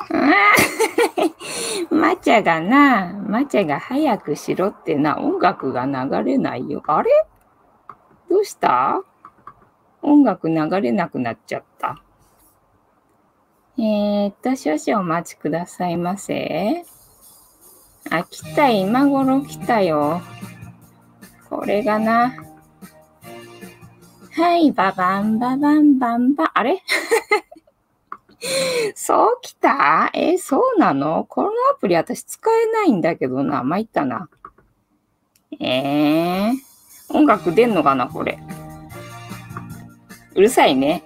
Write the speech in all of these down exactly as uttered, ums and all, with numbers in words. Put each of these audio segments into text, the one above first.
マチャがな、マチャが早くしろってな、音楽が流れないよ。あれどうした？音楽流れなくなっちゃった。えーっと、少々お待ちくださいませ。あ、来た、今頃来たよ。これがな。はい、ババンババンバンバン。あれそう来た？え、そうなの？このアプリ私使えないんだけどな。参ったな。えー、音楽出んのかなこれ。うるさいね。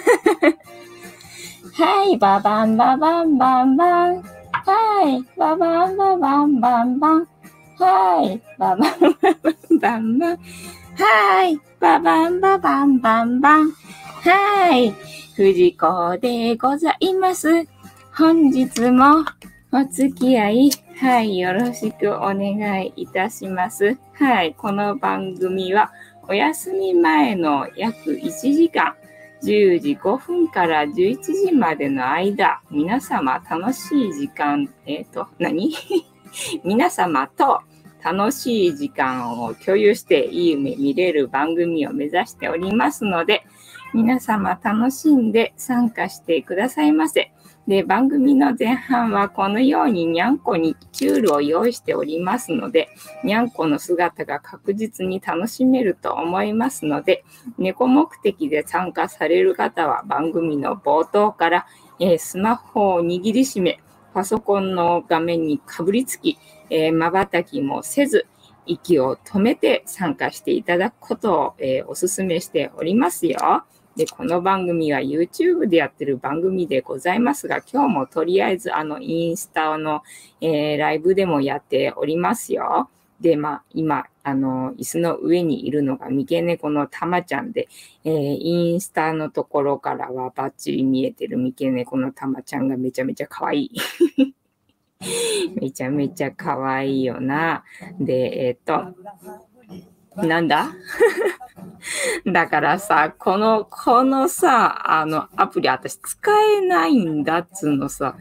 はい、ババンババンバンバン。はい、ババンババンバンバン。はい、ババンババンバンバン。はい、ババンババンバンバン。はい、藤子でございます。本日もお付き合い、はい、よろしくお願いいたします。はい、この番組はお休み前の約いちじかん、じゅうじごふんからじゅういちじまでの間、皆様楽しい時間、えっと、何皆様と楽しい時間を共有していい夢見れる番組を目指しておりますので、皆様楽しんで参加してくださいませ。で、番組の前半はこのようににゃんこにチュールを用意しておりますので、にゃんこの姿が確実に楽しめると思いますので、猫目的で参加される方は番組の冒頭から、えー、スマホを握りしめ、パソコンの画面にかぶりつき、えー、瞬きもせず、息を止めて参加していただくことを、えー、お勧めしておりますよ。で、この番組は YouTube でやってる番組でございますが、今日もとりあえずあのインスタの、えー、ライブでもやっておりますよ。で、まあ、今、あの、椅子の上にいるのが三毛猫のたまちゃんで、えー、インスタのところからはバッチリ見えてる三毛猫のたまちゃんがめちゃめちゃ可愛い。めちゃめちゃ可愛いよな。で、えっと、なんだだからさ、この、このさ、あの、アプリ私使えないんだっつうのさ。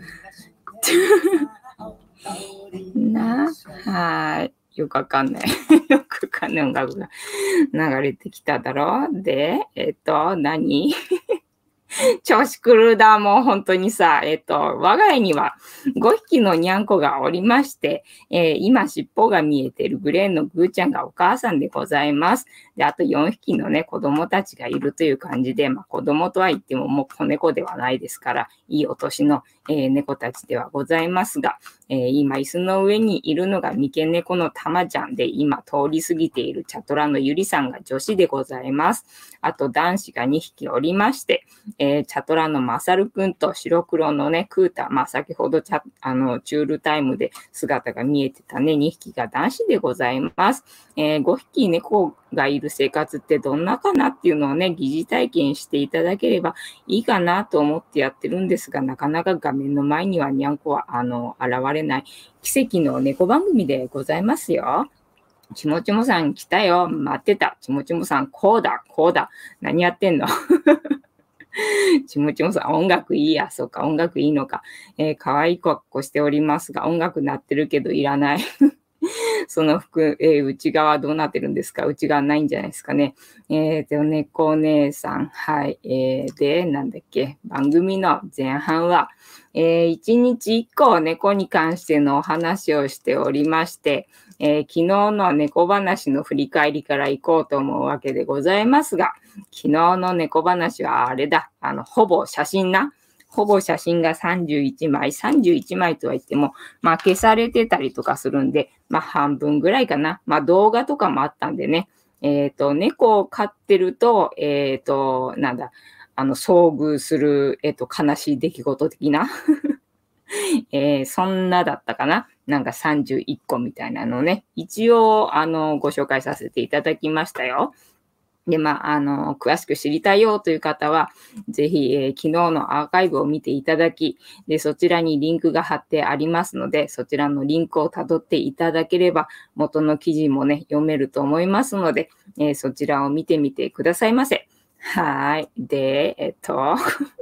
な、はい。よくわかんない。よくわかんない音楽が流れてきただろう。で、えっと、何調子狂うだ、もう本当にさ、えっと、我が家にはごひきのにゃんこがおりまして、えー、今尻尾が見えているグレーのグーちゃんがお母さんでございます。で、あとよんひきのね、子供たちがいるという感じで、まあ子供とは言ってももう子猫ではないですから、いいお年の、えー、猫たちではございますが、えー、今椅子の上にいるのが三毛猫のたまちゃんで、今通り過ぎているチャトラのゆりさんが女子でございます。あと男子がにひきおりまして、えー、チャトラのマサルくんと白黒のね、クータ、まあ先ほどチャあのチュールタイムで姿が見えてたね、にひきが男子でございます。えー、ごひき猫がいる生活ってどんなかなっていうのをね、疑似体験していただければいいかなと思ってやってるんですが、なかなか画面の前にはにゃんこはあの現れない奇跡の猫番組でございますよ。ちもちもさん来たよ。待ってた。ちもちもさん、こうだ、こうだ。何やってんのちもちもさん、音楽いいや。そうか、音楽いいのか。えー、かわいい格好しておりますが、音楽鳴ってるけどいらない。その服、えー、内側どうなってるんですか？内側ないんじゃないですかね。えっ、ー、と、猫姉さん。はい。えー、で、なんだっけ。番組の前半は、えー、いちにちいっこ猫に関してのお話をしておりまして、えー、昨日の猫話の振り返りから行こうと思うわけでございますが、昨日の猫話はあれだ。あの、ほぼ写真な。ほぼ写真がさんじゅういちまい、さんじゅういちまいとは言っても、まあ消されてたりとかするんで、まあ半分ぐらいかな。まあ動画とかもあったんでね。えっ、ー、と、猫を飼ってると、えっ、ー、と、なんだ、あの、遭遇する、えっ、ー、と、悲しい出来事的な。えー、そんなだったかな。なんかさんじゅういっこみたいなのね。一応、あの、ご紹介させていただきましたよ。で、まあ、あの、詳しく知りたいよという方は、ぜひ、えー、昨日のアーカイブを見ていただき、で、そちらにリンクが貼ってありますので、そちらのリンクをたどっていただければ、元の記事もね、読めると思いますので、えー、そちらを見てみてくださいませ。はい。で、えっと、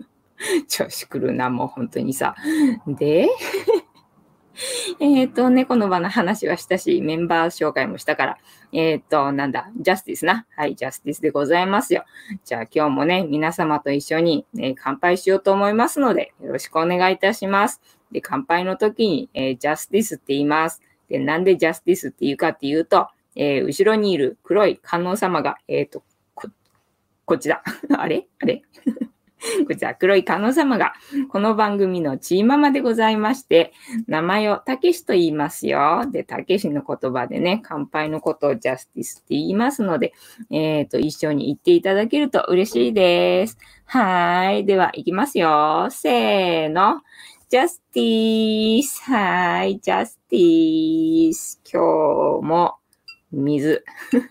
調子狂うな、もう本当にさ。で、えっと、猫の場の話はしたし、メンバー紹介もしたから、えっと、なんだ、ジャスティスな。はい、ジャスティスでございますよ。じゃあ今日もね、皆様と一緒に、ね、乾杯しようと思いますので、よろしくお願いいたします。で、乾杯の時に、えージャスティスって言います。で、なんでジャスティスって言うかっていうと、えー後ろにいる黒い観音様が、えっと、こ、こっちだ。あれあれこちら、黒い観音様が、この番組のチーママでございまして、名前をたけしと言いますよ。で、たけしの言葉でね、乾杯のことをジャスティスって言いますので、えっと、一緒に言っていただけると嬉しいです。はーい。では、いきますよ。せーの。ジャスティース。はーい。ジャスティース。今日も水。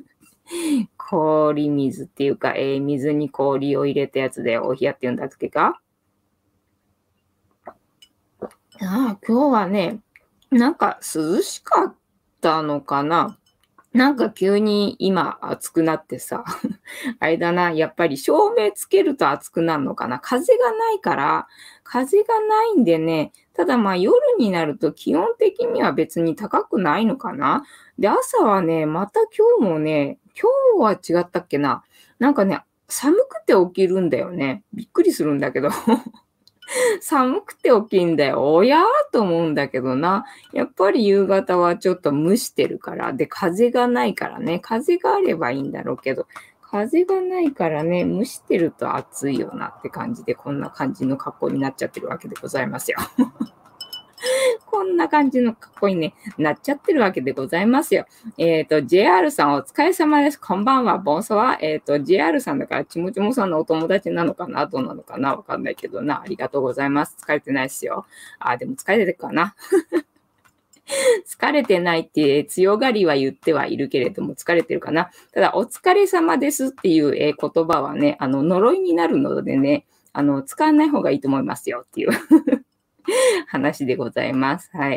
氷水っていうか、えー水に氷を入れたやつでお冷やって言うんだっけか。ああ、今日はね、なんか涼しかったのかな。なんか急に今暑くなってさ、あれだな、やっぱり照明つけると暑くなるのかな。風がないから、風がないんでね、ただまあ夜になると気温的には別に高くないのかな。で、朝はね、また今日もね、今日は違ったっけな。なんかね、寒くて起きるんだよね。びっくりするんだけど。寒くて起きんだよ。おやーと思うんだけどな。やっぱり夕方はちょっと蒸してるから。で、風がないからね。風があればいいんだろうけど、風がないからね、蒸してると暑いよなって感じで、こんな感じの格好になっちゃってるわけでございますよ。こんな感じの格好に、ね、なっちゃってるわけでございますよ。えっ、ー、と、ジェイアール さんお疲れ様です。こんばんは、ボンソワ。えっ、ー、と、ジェイアール さんだから、ちもちもさんのお友達なのかなどうなのかなわかんないけどな。ありがとうございます。疲れてないですよ。あ、でも疲れてるかな。疲れてないって強がりは言ってはいるけれども、疲れてるかな。ただ、お疲れ様ですっていう、えー、言葉はね、あの、呪いになるのでね、あの、使わない方がいいと思いますよっていう話でございます。はい。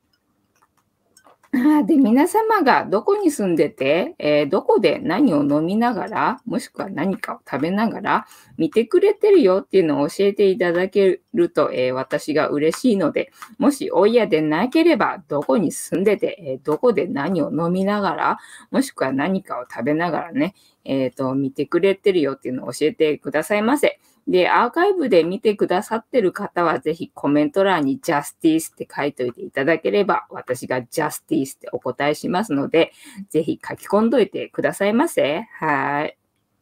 あで、皆様がどこに住んでて、えーどこで何を飲みながら、もしくは何かを食べながら見てくれてるよっていうのを教えていただけると、えー私が嬉しいので、もしお嫌でなければ、どこに住んでて、えーどこで何を飲みながら、もしくは何かを食べながらね、えっと、見てくれてるよっていうのを教えてくださいませ。で、アーカイブで見てくださってる方は、ぜひコメント欄にジャスティスって書いといていただければ、私がジャスティスってお答えしますので、ぜひ書き込んどいてくださいませ。はい。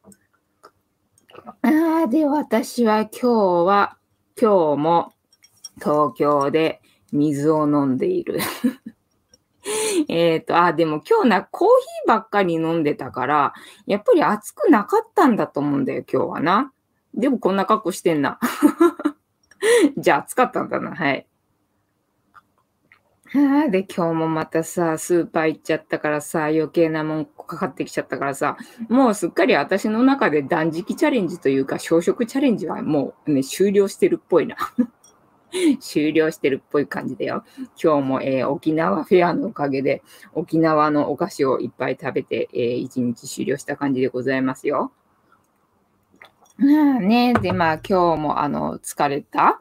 あーで、私は今日は、今日も東京で水を飲んでいる。えっと、あ、でも今日な、コーヒーばっかり飲んでたから、やっぱり暑くなかったんだと思うんだよ、今日はな。でもこんな格好してんな。じゃあ暑かったんだな、はい。ああ、で、今日もまたさ、スーパー行っちゃったからさ、余計なもんかかってきちゃったからさ、もうすっかり私の中で断食チャレンジというか、小食チャレンジはもうね、終了してるっぽいな。終了してるっぽい感じだよ。今日も、えー沖縄フェアのおかげで、沖縄のお菓子をいっぱい食べて、えー一日終了した感じでございますよ。まあね、で、まあ今日もあの、疲れた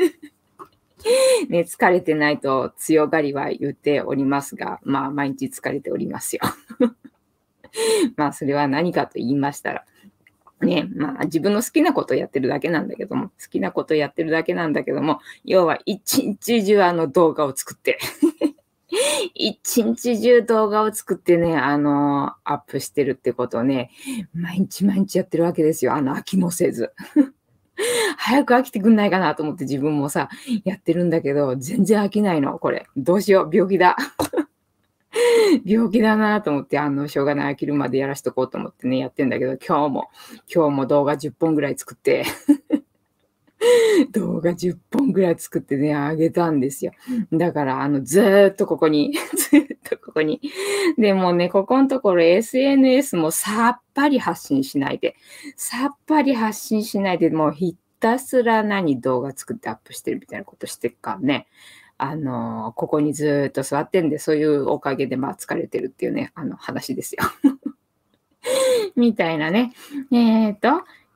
ね、疲れてないと強がりは言っておりますが、まあ毎日疲れておりますよ。まあそれは何かと言いましたら、ね、まあ自分の好きなことをやってるだけなんだけども、好きなことをやってるだけなんだけども、要は一日中あの動画を作って、一日中動画を作ってね、あの、アップしてるってことをね、毎日毎日やってるわけですよ。あの、飽きもせず。早く飽きてくんないかなと思って自分もさ、やってるんだけど、全然飽きないの、これ。どうしよう、病気だ。病気だなと思って、あの、しょうがない、飽きるまでやらしとこうと思ってね、やってんだけど、今日も、今日も動画じゅっぽんぐらい作って動画じゅっぽんぐらい作ってね、あげたんですよ。だから、あの、ずーっとここにずーっとここに。でもね、ここのところ エスエヌエス もさっぱり発信しないで、さっぱり発信しないで、もうひたすら何動画作ってアップしてるみたいなことしてっからね。あの、ここにずーっと座ってんで、そういうおかげで、まあ疲れてるっていうね、あの話ですよ。みたいなね。えっと、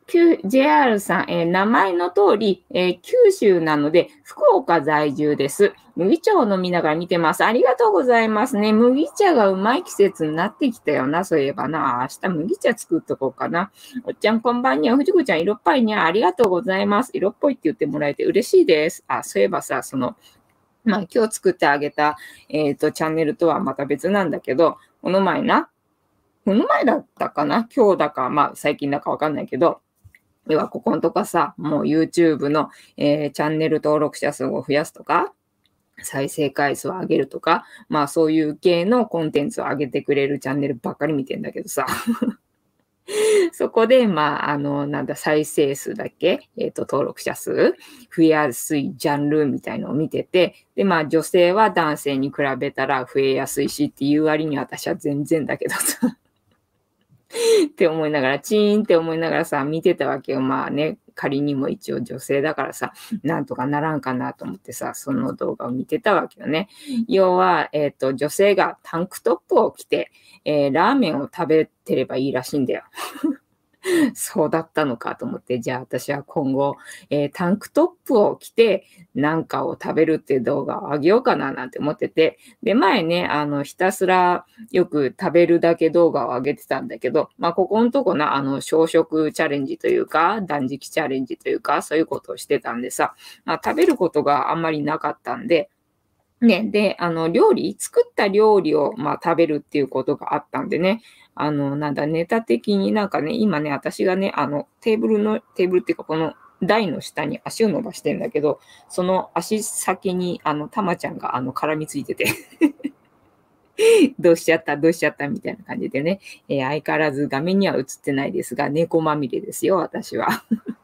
ジェイアール さん、えー名前の通り、えー九州なので、福岡在住です。麦茶を飲みながら見てます。ありがとうございますね。麦茶がうまい季節になってきたよな、そういえばな。明日麦茶作っとこうかな。おっちゃんこんばんにゃ。藤子ちゃん色っぽいにゃ。ありがとうございます。色っぽいって言ってもらえて嬉しいです。あ、そういえばさ、その、まあ今日作ってあげた、えっと、チャンネルとはまた別なんだけど、この前な、この前だったかな今日だか、まあ最近だかわかんないけど、要はここのとかさ、もう YouTube の、えーチャンネル登録者数を増やすとか、再生回数を上げるとか、まあそういう系のコンテンツを上げてくれるチャンネルばっかり見てんだけどさ。そこで、まあ、あの、なんだ、再生数だっけえっと、登録者数増えやすいジャンルみたいのを見てて、で、まあ、女性は男性に比べたら増えやすいしっていう割に私は全然だけどさ。って思いながら、チーンって思いながらさ、見てたわけよ。まあね、仮にも一応女性だからさ、なんとかならんかなと思ってさ、その動画を見てたわけよね。要は、えっと、女性がタンクトップを着て、えーラーメンを食べてればいいらしいんだよ。そうだったのかと思って、じゃあ私は今後、えータンクトップを着てなんかを食べるっていう動画を上げようかななんて思ってて、で、前ね、あの、ひたすらよく食べるだけ動画を上げてたんだけど、まあ、ここのとこな、あの、小食チャレンジというか、断食チャレンジというか、そういうことをしてたんでさ、まあ、食べることがあんまりなかったんで、ね、で、あの、料理作った料理を、まあ、食べるっていうことがあったんでね、あの、なんだ、ネタ的になんかね、今ね、私がね、あの、テーブルの、テーブルっていうか、この台の下に足を伸ばしてんだけど、その足先に、あの、たまちゃんが、あの、絡みついててどうしちゃった、どうしちゃったみたいな感じでね、えー相変わらず画面には映ってないですが、猫まみれですよ、私は。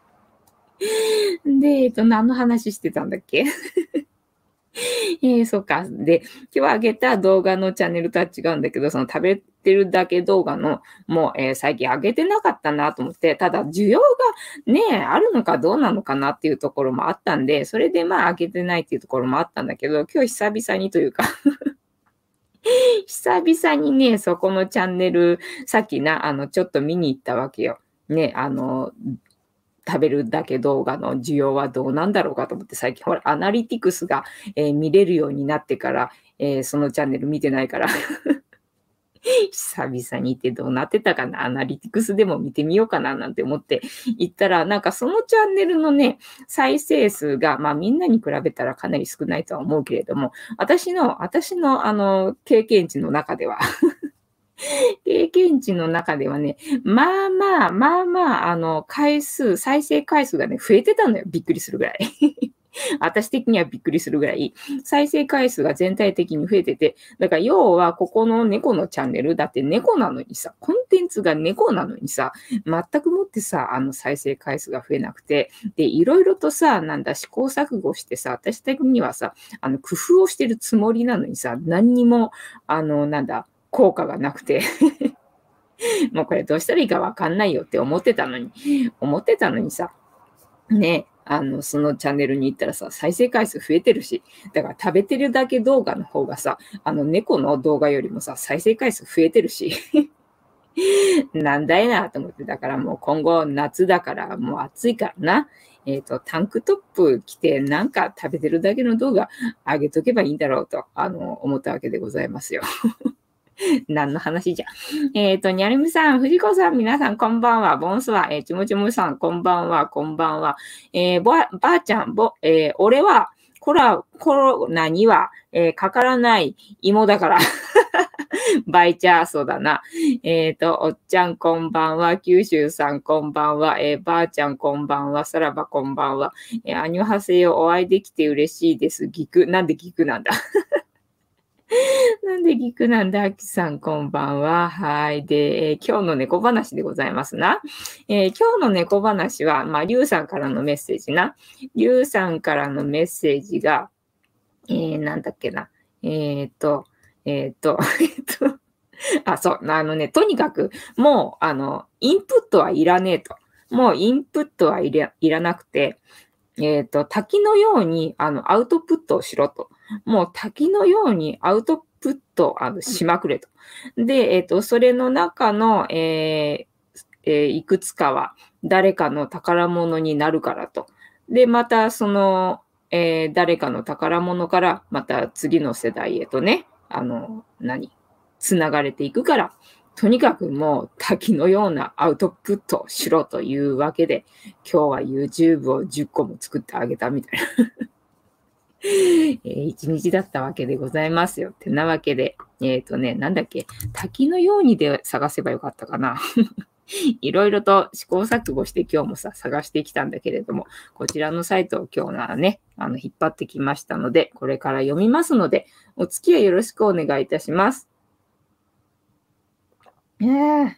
で、えっと、何の話してたんだっけええ、そっか。で、今日上げた動画のチャンネルとは違うんだけど、その食べてるだけ動画の、もう、えー最近上げてなかったなと思って、ただ需要がね、あるのかどうなのかなっていうところもあったんで、それでまあ上げてないっていうところもあったんだけど、今日久々にというか久々にね、そこのチャンネル、さっきな、あの、ちょっと見に行ったわけよ。ね、あの、食べるだけ動画の需要はどうなんだろうかと思って、最近ほら、アナリティクスが、えー見れるようになってから、えーそのチャンネル見てないから久々に行ってどうなってたかな、アナリティクスでも見てみようかななんて思って行ったら、なんかそのチャンネルのね、再生数が、まあみんなに比べたらかなり少ないとは思うけれども、私の、私のあの、経験値の中では経験値の中ではね、まあまあ、まあまあ、あの、回数、再生回数がね、増えてたのよ。びっくりするぐらい。私的にはびっくりするぐらい、再生回数が全体的に増えてて、だから要はここの猫のチャンネル、だって猫なのにさ、コンテンツが猫なのにさ、全くもってさ、あの再生回数が増えなくて、で、いろいろとさ、なんだ、試行錯誤してさ、私的にはさ、あの、工夫をしてるつもりなのにさ、何にも、あの、なんだ、効果がなくてもうこれどうしたらいいかわかんないよって思ってたのに、思ってたのにさ、ね、あの、そのチャンネルに行ったらさ、再生回数増えてるし、だから食べてるだけ動画の方がさ、あの猫の動画よりもさ、再生回数増えてるし、なんだいなと思って、だからもう今後夏だからもう暑いからな、えっ、と、タンクトップ着てなんか食べてるだけの動画上げとけばいいんだろうと、あの、思ったわけでございますよ。何の話じゃ。えっ、と、にゃるみさん、藤子さん、皆さん、こんばんは。ボンスは、えーちもちもさん、こんばんは、こんばんは。えーぼばあちゃん、ぼ、えー俺は、コラ、コロナには、えーかからない芋だから。バイチャーソだな。えっ、と、おっちゃんこんばんは。九州さんこんばんは。えーばあちゃんこんばんは。さらばこんばんは。えー、アニョハセヨお会いできて嬉しいです。ギク。なんでギクなんだなんでギクなんだ、アキさん、こんばんは。はい。で、えー今日の猫話でございますな。えー今日の猫話は、まあ、リュウさんからのメッセージな。リュウさんからのメッセージが、えー、なんだっけな。えーっと、えーっと、えーっと、あ、そう、あのね、とにかく、もう、あの、インプットはいらねえと。もうインプットはいらいらなくて、えっと、滝のように、あの、アウトプットをしろと。もう滝のようにアウトプットあのしまくれと。で、えっと、それの中の、えーえーいくつかは、 誰かの宝物になるからと。で、またその、えー誰かの宝物からまた次の世代へとね、あの、何つながれていくから、とにかくもう滝のようなアウトプットをしろというわけで、今日は YouTube をじゅっこも作ってあげたみたいな。えー一日だったわけでございますよ。てなわけで、えっとね、なんだっけ、滝のようにで探せばよかったかな。いろいろと試行錯誤して今日もさ、探してきたんだけれども、こちらのサイトを今日ならね、あの、引っ張ってきましたので、これから読みますので、お付き合いよろしくお願いいたします。えー、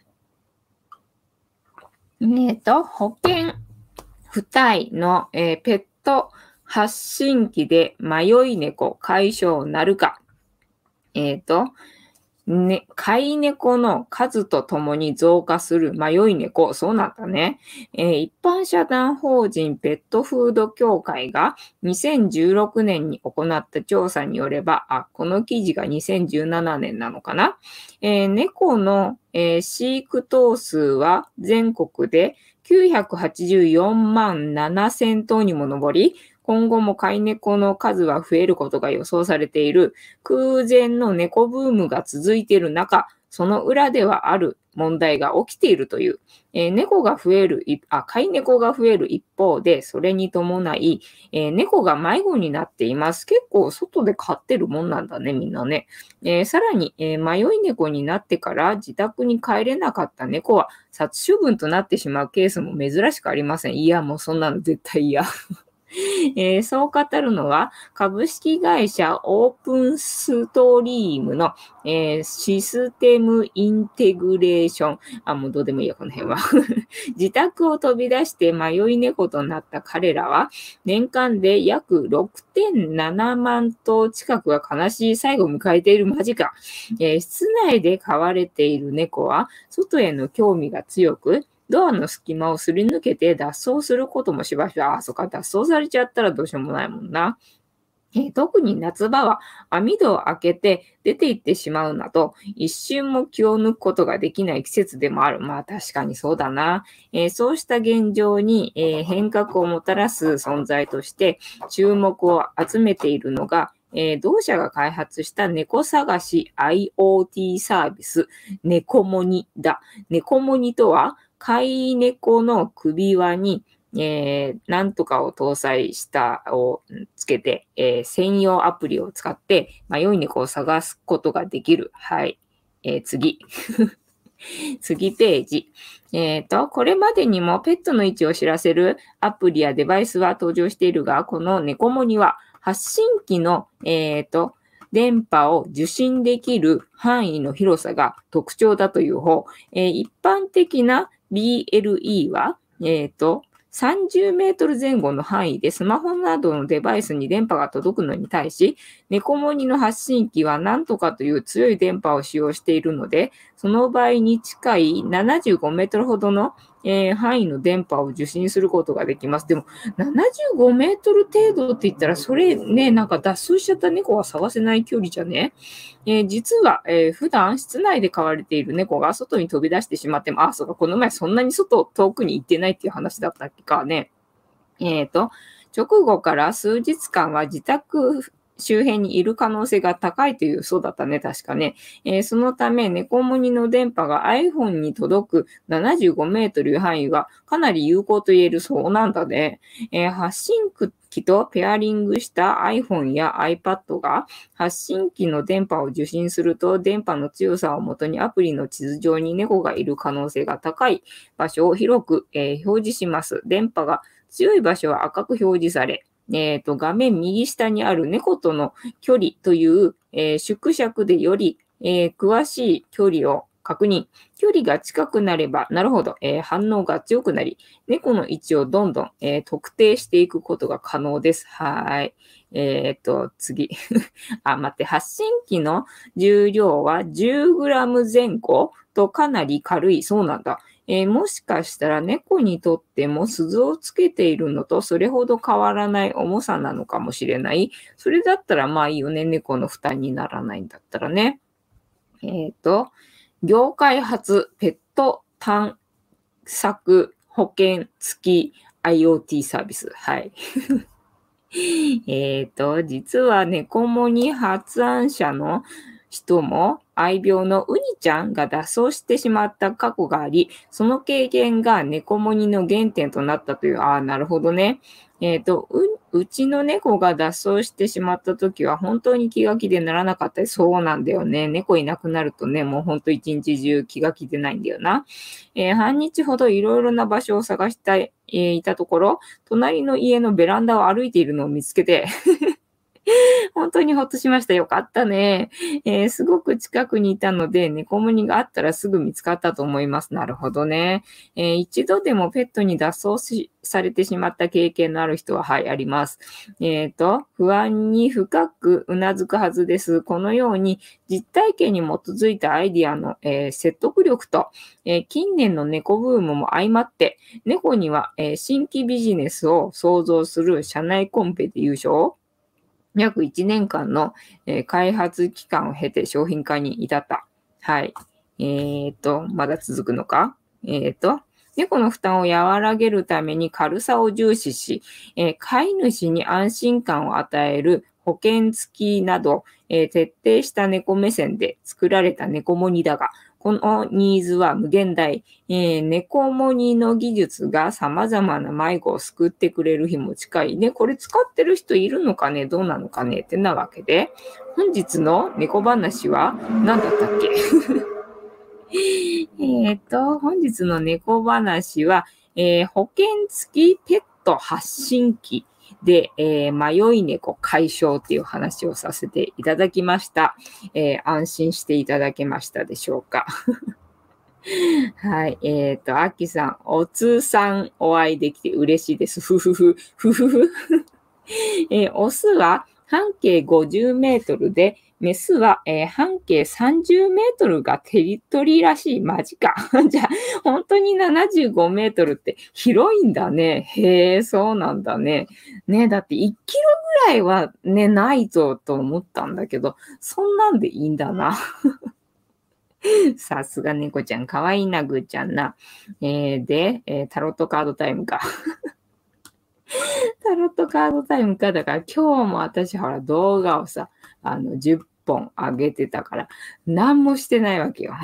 えっと、保険付帯の、えーペット発信機で迷い猫解消なるか。えっと、ね、飼い猫の数とともに増加する迷い猫。そうなんだね。えー一般社団法人ペットフード協会がにせんじゅうろくねんに行った調査によれば、あ、この記事がにせんじゅうななねんなのかな。えー猫の、えー飼育頭数は全国できゅうひゃくはちじゅうよんまんななせんとうにも上り、今後も飼い猫の数は増えることが予想されている。空前の猫ブームが続いている中、その裏ではある問題が起きているという、えー猫が増えるいあ、飼い猫が増える一方で、それに伴い、えー猫が迷子になっています。結構外で飼ってるもんなんだね、みんなね。えーさらに、えー迷い猫になってから自宅に帰れなかった猫は殺処分となってしまうケースも珍しくありません。いや、もうそんなの絶対嫌。えーそう語るのは、株式会社オープンストリームの、えーシステムインテグレーション。あ、もうどうでもいいや、この辺は。自宅を飛び出して迷い猫となった彼らは、年間で約 ろくてんななまんとう近くが悲しい最後を迎えている間近。えー室内で飼われている猫は、外への興味が強く、ドアの隙間をすり抜けて脱走することもしばしば、あ、そっか、脱走されちゃったらどうしようもないもんな。えー特に夏場は網戸を開けて出て行ってしまうなど、一瞬も気を抜くことができない季節でもある。まあ確かにそうだな。えーそうした現状に、えー変革をもたらす存在として注目を集めているのが、えー同社が開発した猫探し アイオーティー サービス、猫モニだ。猫モニとは、飼い猫の首輪にえー、なんとかを搭載したをつけて、えー専用アプリを使って迷い猫を探すことができる。はい。えー次。次ページ。えっと、これまでにもペットの位置を知らせるアプリやデバイスは登場しているが、この猫モニは発信機の、えっと、電波を受信できる範囲の広さが特徴だという方、えー一般的な ビーエルイー は、えっと、さんじゅうメートル前後の範囲でスマホなどのデバイスに電波が届くのに対し、猫モニの発信機は何とかという強い電波を使用しているので、その場合に近いななじゅうごメートルほどの、えー範囲の電波を受信することができます。でも、ななじゅうごメートル程度って言ったら、それね、なんか脱走しちゃった猫は探せない距離じゃね。えー実は、えー普段室内で飼われている猫が外に飛び出してしまっても、あ、そうか、この前そんなに外遠くに行ってないっていう話だったっけかね。えっと、直後から数日間は自宅周辺にいる可能性が高いという、そうだったね、確かね。えーそのため、猫モニの電波が iPhone に届くななじゅうごメートルいう範囲がかなり有効と言えるそうなんだね。えー発信機とペアリングした iPhone や iPad が発信機の電波を受信すると、電波の強さをもとにアプリの地図上に猫がいる可能性が高い場所を広く、えー表示します。電波が強い場所は赤く表示され、えーと、画面右下にある猫との距離という、えー縮尺でより、えー詳しい距離を確認。距離が近くなれば、なるほど、えー反応が強くなり、猫の位置をどんどん、えー特定していくことが可能です。はい。えっと、次。あ、待って、発信機の重量は じゅうグラム 前後とかなり軽い。そうなんだ。えーもしかしたら猫にとっても鈴をつけているのとそれほど変わらない重さなのかもしれない。それだったらまあいいよね。猫の負担にならないんだったらね。えっと、業界初ペット探索保険付き IoT サービス。はい。えっと、実は猫モニ発案者の人も愛病のウニちゃんが脱走してしまった過去があり、その経験が猫モニの原点となったという、ああ、なるほどね。えっと、う、うちの猫が脱走してしまった時は本当に気が気でならなかったり、そうなんだよね。猫いなくなるとね、もう本当一日中気が気でないんだよな。えー半日ほどいろいろな場所を探したい、えーいたところ、隣の家のベランダを歩いているのを見つけて、本当にほっとしました。よかったね。えーすごく近くにいたので、猫ムニがあったらすぐ見つかったと思います。なるほどね。えー一度でもペットに脱走しされてしまった経験のある人は、はい、あります。えっと、不安に深くうなずくはずです。このように、実体験に基づいたアイディアの、えー説得力と、えー近年の猫ブームも相まって、猫には、えー新規ビジネスを創造する社内コンペで優勝。約いちねんかんの、えー開発期間を経て商品化に至った。はい。えーっと、まだ続くのかえーっと、猫の負担を和らげるために軽さを重視し、えー飼い主に安心感を与える保険付きなど、えー徹底した猫目線で作られた猫モニだが、このニーズは無限大。えー猫モニの技術が様々な迷子を救ってくれる日も近い。ね、これ使ってる人いるのかねどうなのかねってなわけで、本日の猫話は何だったっけえっと、本日の猫話は、えー保険付きペット発信機で、えー迷い猫解消っていう話をさせていただきました。えー安心していただけましたでしょうか。はい。えっ、と、アキさん、おつさんお会いできて嬉しいです。ふふふ、ふふふ。えーオスは半径ごじゅうメートルで、メスは、えー半径さんじゅうメートルがテリトリーらしい。マジか。じゃあ、本当にななじゅうごメートルって広いんだね。へえ、そうなんだね。ね、だっていちキロぐらいはね、ないぞと思ったんだけど、そんなんでいいんだな。さすが猫ちゃん、かわいいな、ぐーちゃんな。えーで、えータロットカードタイムか。タロットカードタイムか。だから今日も私ほら動画をさ、あのじゅっぽん上げてたから、何もしてないわけよ。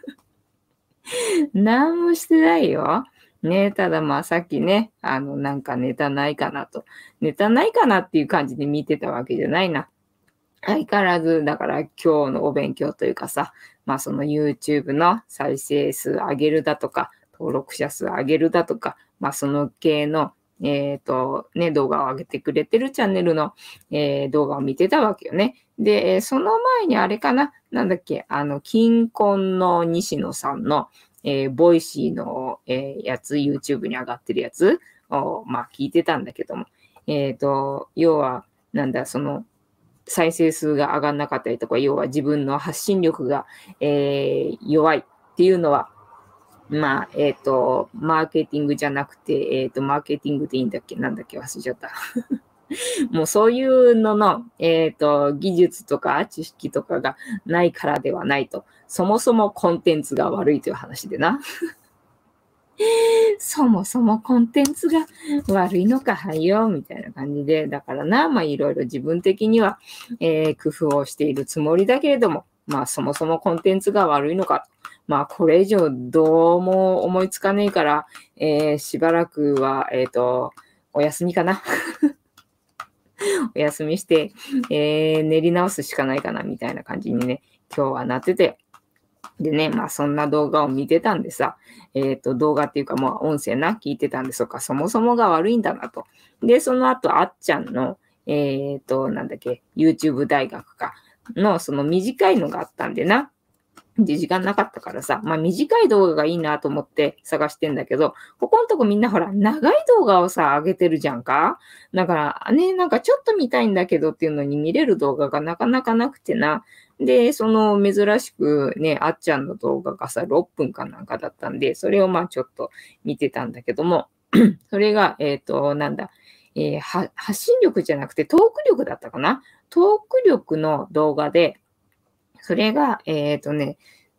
何もしてないよ。ね、ただまあさっきね、あのなんかネタないかなと。ネタないかなっていう感じで見てたわけじゃないな。相変わらず、だから今日のお勉強というかさ、まあその YouTube の再生数上げるだとか、登録者数上げるだとか、まあその系の、えっ、と、ね、動画を上げてくれてるチャンネルの、えー動画を見てたわけよね。で、えーその前にあれかな、なんだっけ、あの、金婚の西野さんの、えーボイシーの、えーやつ、YouTube に上がってるやつを、まあ聞いてたんだけども、えっ、と、要は、なんだ、その、再生数が上がんなかったりとか、要は自分の発信力が、えー弱いっていうのは、まあ、えっ、と、マーケティングじゃなくて、えっ、と、マーケティングでいいんだっけなんだっけ忘れちゃった。もうそういうのの、えっ、と、技術とか知識とかがないからではないと。そもそもコンテンツが悪いという話でな。そもそもコンテンツが悪いのか、はいよ、みたいな感じで、だからな、まあいろいろ自分的には、えー工夫をしているつもりだけれども、まあそもそもコンテンツが悪いのか、まあこれ以上どうも思いつかねえから、えーしばらくは、えっ、と、お休みかな。お休みして、えー練り直すしかないかな、みたいな感じにね、今日はなってて、でね、まあそんな動画を見てたんでさ、えっ、と、動画っていうかもう音声な、聞いてたんで、そっか、そもそもが悪いんだなと。で、その後、あっちゃんの、えっ、と、なんだっけ、YouTube 大学かの、その短いのがあったんでな。で、時間なかったからさ、まあ短い動画がいいなと思って探してんだけど、ここのとこみんなほら、長い動画をさ、上げてるじゃんか。だからね、なんかちょっと見たいんだけどっていうのに見れる動画がなかなかなくてな。で、その珍しくね、あっちゃんの動画がさ、ろっぷんかなんかだったんで、それをまあちょっと見てたんだけども、それが、えっ、と、なんだ、えーは発信力じゃなくてトーク力だったかな。トーク力の動画で、それが、えっ、とね、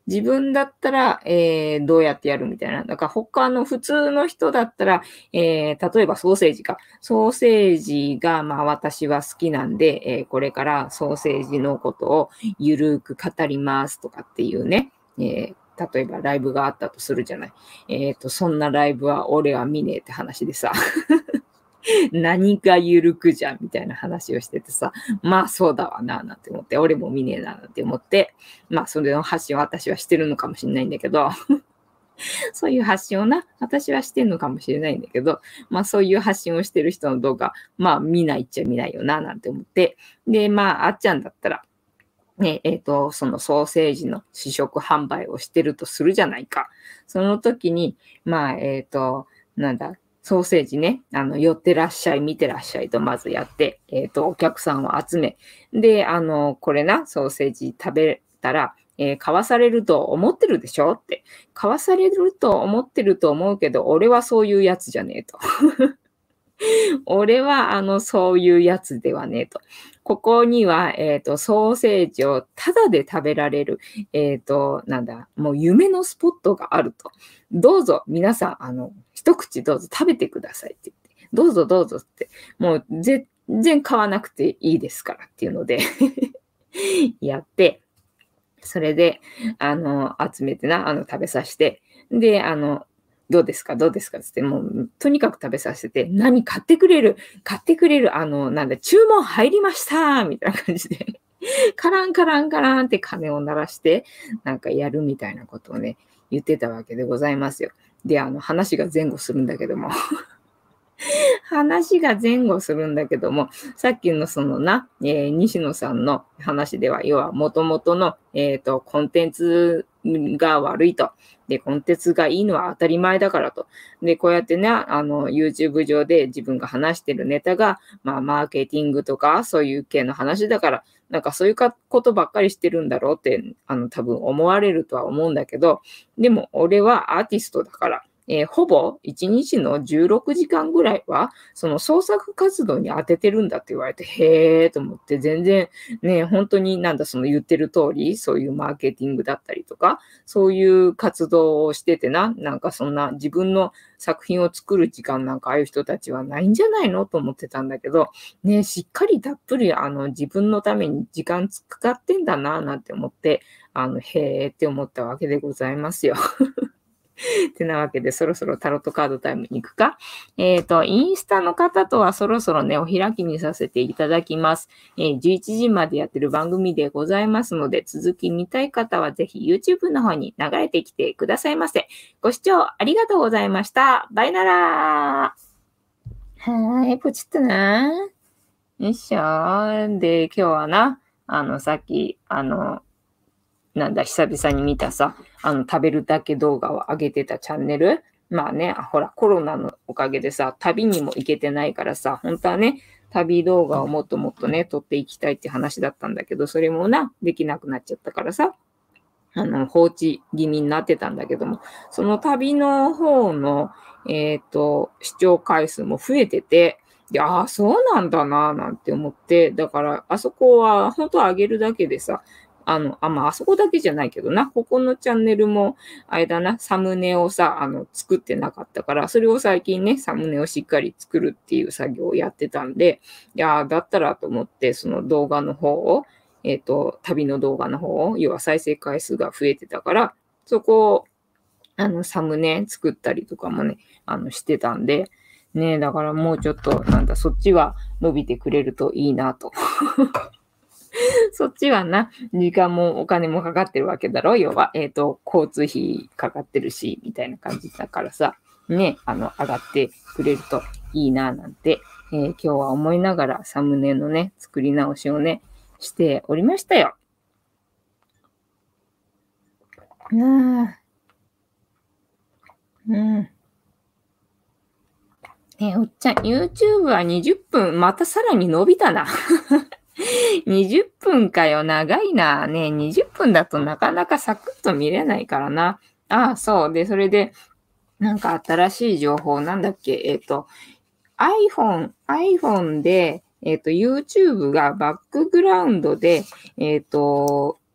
自分だったら、えー、どうやってやるみたいな。だから他の普通の人だったら、えー、例えばソーセージか。ソーセージが、まあ私は好きなんで、えー、これからソーセージのことをゆるく語りますとかっていうね。えー例えばライブがあったとするじゃない。えっと、そんなライブは俺は見ねえって話でさ。何がゆるくじゃんみたいな話をしててさ、まあそうだわな、なんて思って、俺も見ねえな、なんて思って、まあそれの発信を私はしてるのかもしれないんだけど、そういう発信をな、私はしてるのかもしれないんだけど、まあそういう発信をしてる人の動画、まあ見ないっちゃ見ないよな、なんて思って、で、まああっちゃんだったら、ね、えっ、と、そのソーセージの試食販売をしてるとするじゃないか。その時に、まあ、えっ、と、なんだ、ソーセージね、あの、寄ってらっしゃい、見てらっしゃいとまずやって、えっ、と、お客さんを集め、で、あの、これな、ソーセージ食べたら、えー買わされると思ってるでしょって。買わされると思ってると思うけど、俺はそういうやつじゃねえと。俺は、あの、そういうやつではねえと。ここには、えっ、と、ソーセージをタダで食べられる、えっ、と、なんだ、もう夢のスポットがあると。どうぞ、皆さん、あの、一口どうぞ食べてくださいって言って。どうぞどうぞって。もう、全然買わなくていいですからっていうのでやって、それで、あの、集めてな、あの、食べさせて、で、あの、どうですかどうですかつって、もう、とにかく食べさせて、何買ってくれる買ってくれるあの、なんだ、注文入りましたみたいな感じで、カランカランカランって鐘を鳴らして、なんかやるみたいなことをね、言ってたわけでございますよ。で、あの、話が前後するんだけども話が前後するんだけども、さっきのそのな、えー西野さんの話では、要は元々の、えっと、コンテンツが悪いと。で、コンテンツがいいのは当たり前だからと。で、こうやってね、あの、YouTube 上で自分が話してるネタが、まあ、マーケティングとか、そういう系の話だから、なんかそういうかことばっかりしてるんだろうって、あの、多分思われるとは思うんだけど、でも俺はアーティストだから、えーほぼいちにちのじゅうろくじかんぐらいは、その創作活動に当ててるんだって言われて、へーと思って、全然ね、本当になんだその言ってる通り、そういうマーケティングだったりとか、そういう活動をしててな、なんかそんな自分の作品を作る時間なんかああいう人たちはないんじゃないのと思ってたんだけど、ね、しっかりたっぷりあの自分のために時間使ってんだな、なんて思って、あの、へーって思ったわけでございますよ。ってなわけで、そろそろタロットカードタイムに行くか。えっ、と、インスタの方とはそろそろね、お開きにさせていただきます。えーじゅういちじまでやってる番組でございますので、続き見たい方はぜひ YouTube の方に流れてきてくださいませ。ご視聴ありがとうございました。バイナラー。はーい、ポチッとな。よいしょ。で、今日はな、あの、さっき、あの、なんだ、久々に見たさ、あの、食べるだけ動画を上げてたチャンネル。まあね、あほら、コロナのおかげでさ、旅にも行けてないからさ、本当はね、旅動画をもっともっとね、撮っていきたいって話だったんだけど、それもな、できなくなっちゃったからさ、あの、放置気味になってたんだけども、その旅の方の、えっと、視聴回数も増えてて、で、ああ、そうなんだな、なんて思って、だから、あそこは、本当は上げるだけでさ、あの、あ、まあ、あそこだけじゃないけどな、ここのチャンネルも、あれだな、サムネをさ、あの、作ってなかったから、それを最近ね、サムネをしっかり作るっていう作業をやってたんで、いやー、だったらと思って、その動画の方を、えっと、旅の動画の方、要は再生回数が増えてたから、そこを、あの、サムネ作ったりとかもね、あの、してたんで、ね、だからもうちょっと、なんだ、そっちは伸びてくれるといいなと。そっちはな、時間もお金もかかってるわけだろ要は、えっと、交通費かかってるし、みたいな感じだからさ、ね、あの、上がってくれるといいな、なんて、えー今日は思いながらサムネのね、作り直しをね、しておりましたよ。ああ、うん。ねおっちゃん、YouTube はにじゅっぷん、またさらに伸びたな。にじゅっぷんかよ、長いな。ねにじゅっぷんだとなかなかサクッと見れないからな。ああ、そう。で、それで、なんか新しい情報、なんだっけ、えっと、iPhone、iPhone で、えっと、YouTube がバックグラウンドで、えっと、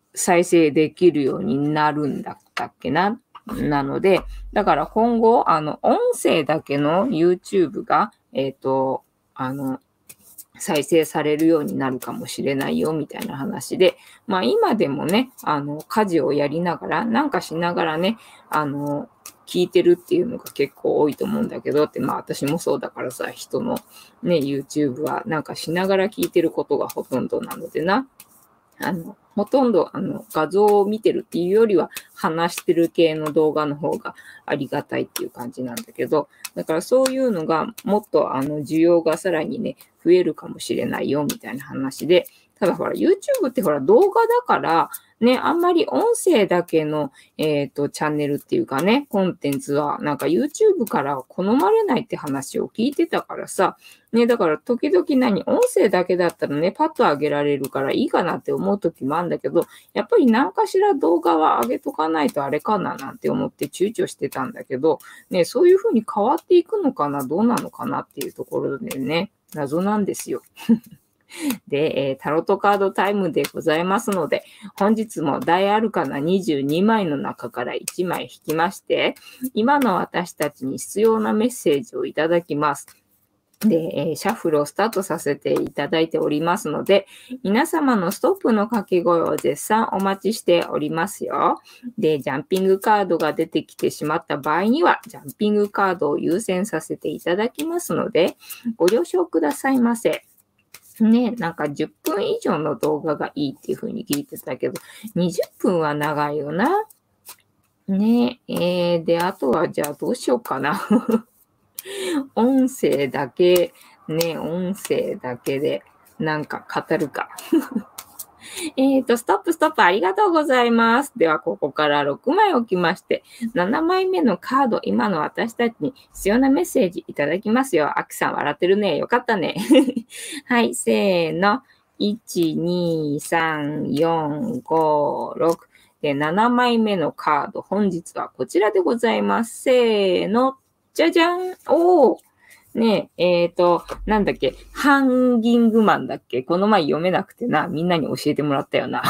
再生できるようになるんだったっけな。なので、だから今後、あの、音声だけの YouTube が、えっと、あの、再生されるようになるかもしれないよみたいな話で、まあ今でもね、あの、家事をやりながら、なんかしながらね、あの、聞いてるっていうのが結構多いと思うんだけどって、まあ私もそうだからさ、人のね、YouTube はなんかしながら聞いてることがほとんどなのでな。あの、ほとんどあの画像を見てるっていうよりは話してる系の動画の方がありがたいっていう感じなんだけど、だからそういうのがもっとあの需要がさらにね、増えるかもしれないよみたいな話で、ただほら YouTube ってほら動画だからね、あんまり音声だけの、えっと、チャンネルっていうかね、コンテンツはなんか YouTube から好まれないって話を聞いてたからさ、ね、だから時々何、音声だけだったらね、パッと上げられるからいいかなって思う時もあるんだけど、やっぱり何かしら動画は上げとかないとあれかななんて思って躊躇してたんだけど、ね、そういう風に変わっていくのかな、どうなのかなっていうところでね、謎なんですよ。で、えータロットカードタイムでございますので、本日も大アルカナにじゅうにまいの中からいちまい引きまして、今の私たちに必要なメッセージをいただきます。で、えーシャッフルをスタートさせていただいておりますので、皆様のストップの掛け声を絶賛お待ちしておりますよ。で、ジャンピングカードが出てきてしまった場合には、ジャンピングカードを優先させていただきますので、ご了承くださいませ。ね、なんかじゅっぷん以上の動画がいいっていう風に聞いてたけど、にじゅっぷんは長いよな。ね、えー、で、あとはじゃあどうしようかな。音声だけ、ね、音声だけでなんか語るか。えっと、ストップストップありがとうございます。では、ここからろくまい置きまして、ななまいめのカード、今の私たちに必要なメッセージいただきますよ。アキさん笑ってるね。よかったね。はい、せーの。いち、に、さん、よん、ご、ろく。で、ななまいめのカード、本日はこちらでございます。せーの。じゃじゃん。おー。ねえ、えっと、なんだっけ、ハンギングマンだっけ、この前読めなくてな、みんなに教えてもらったよな。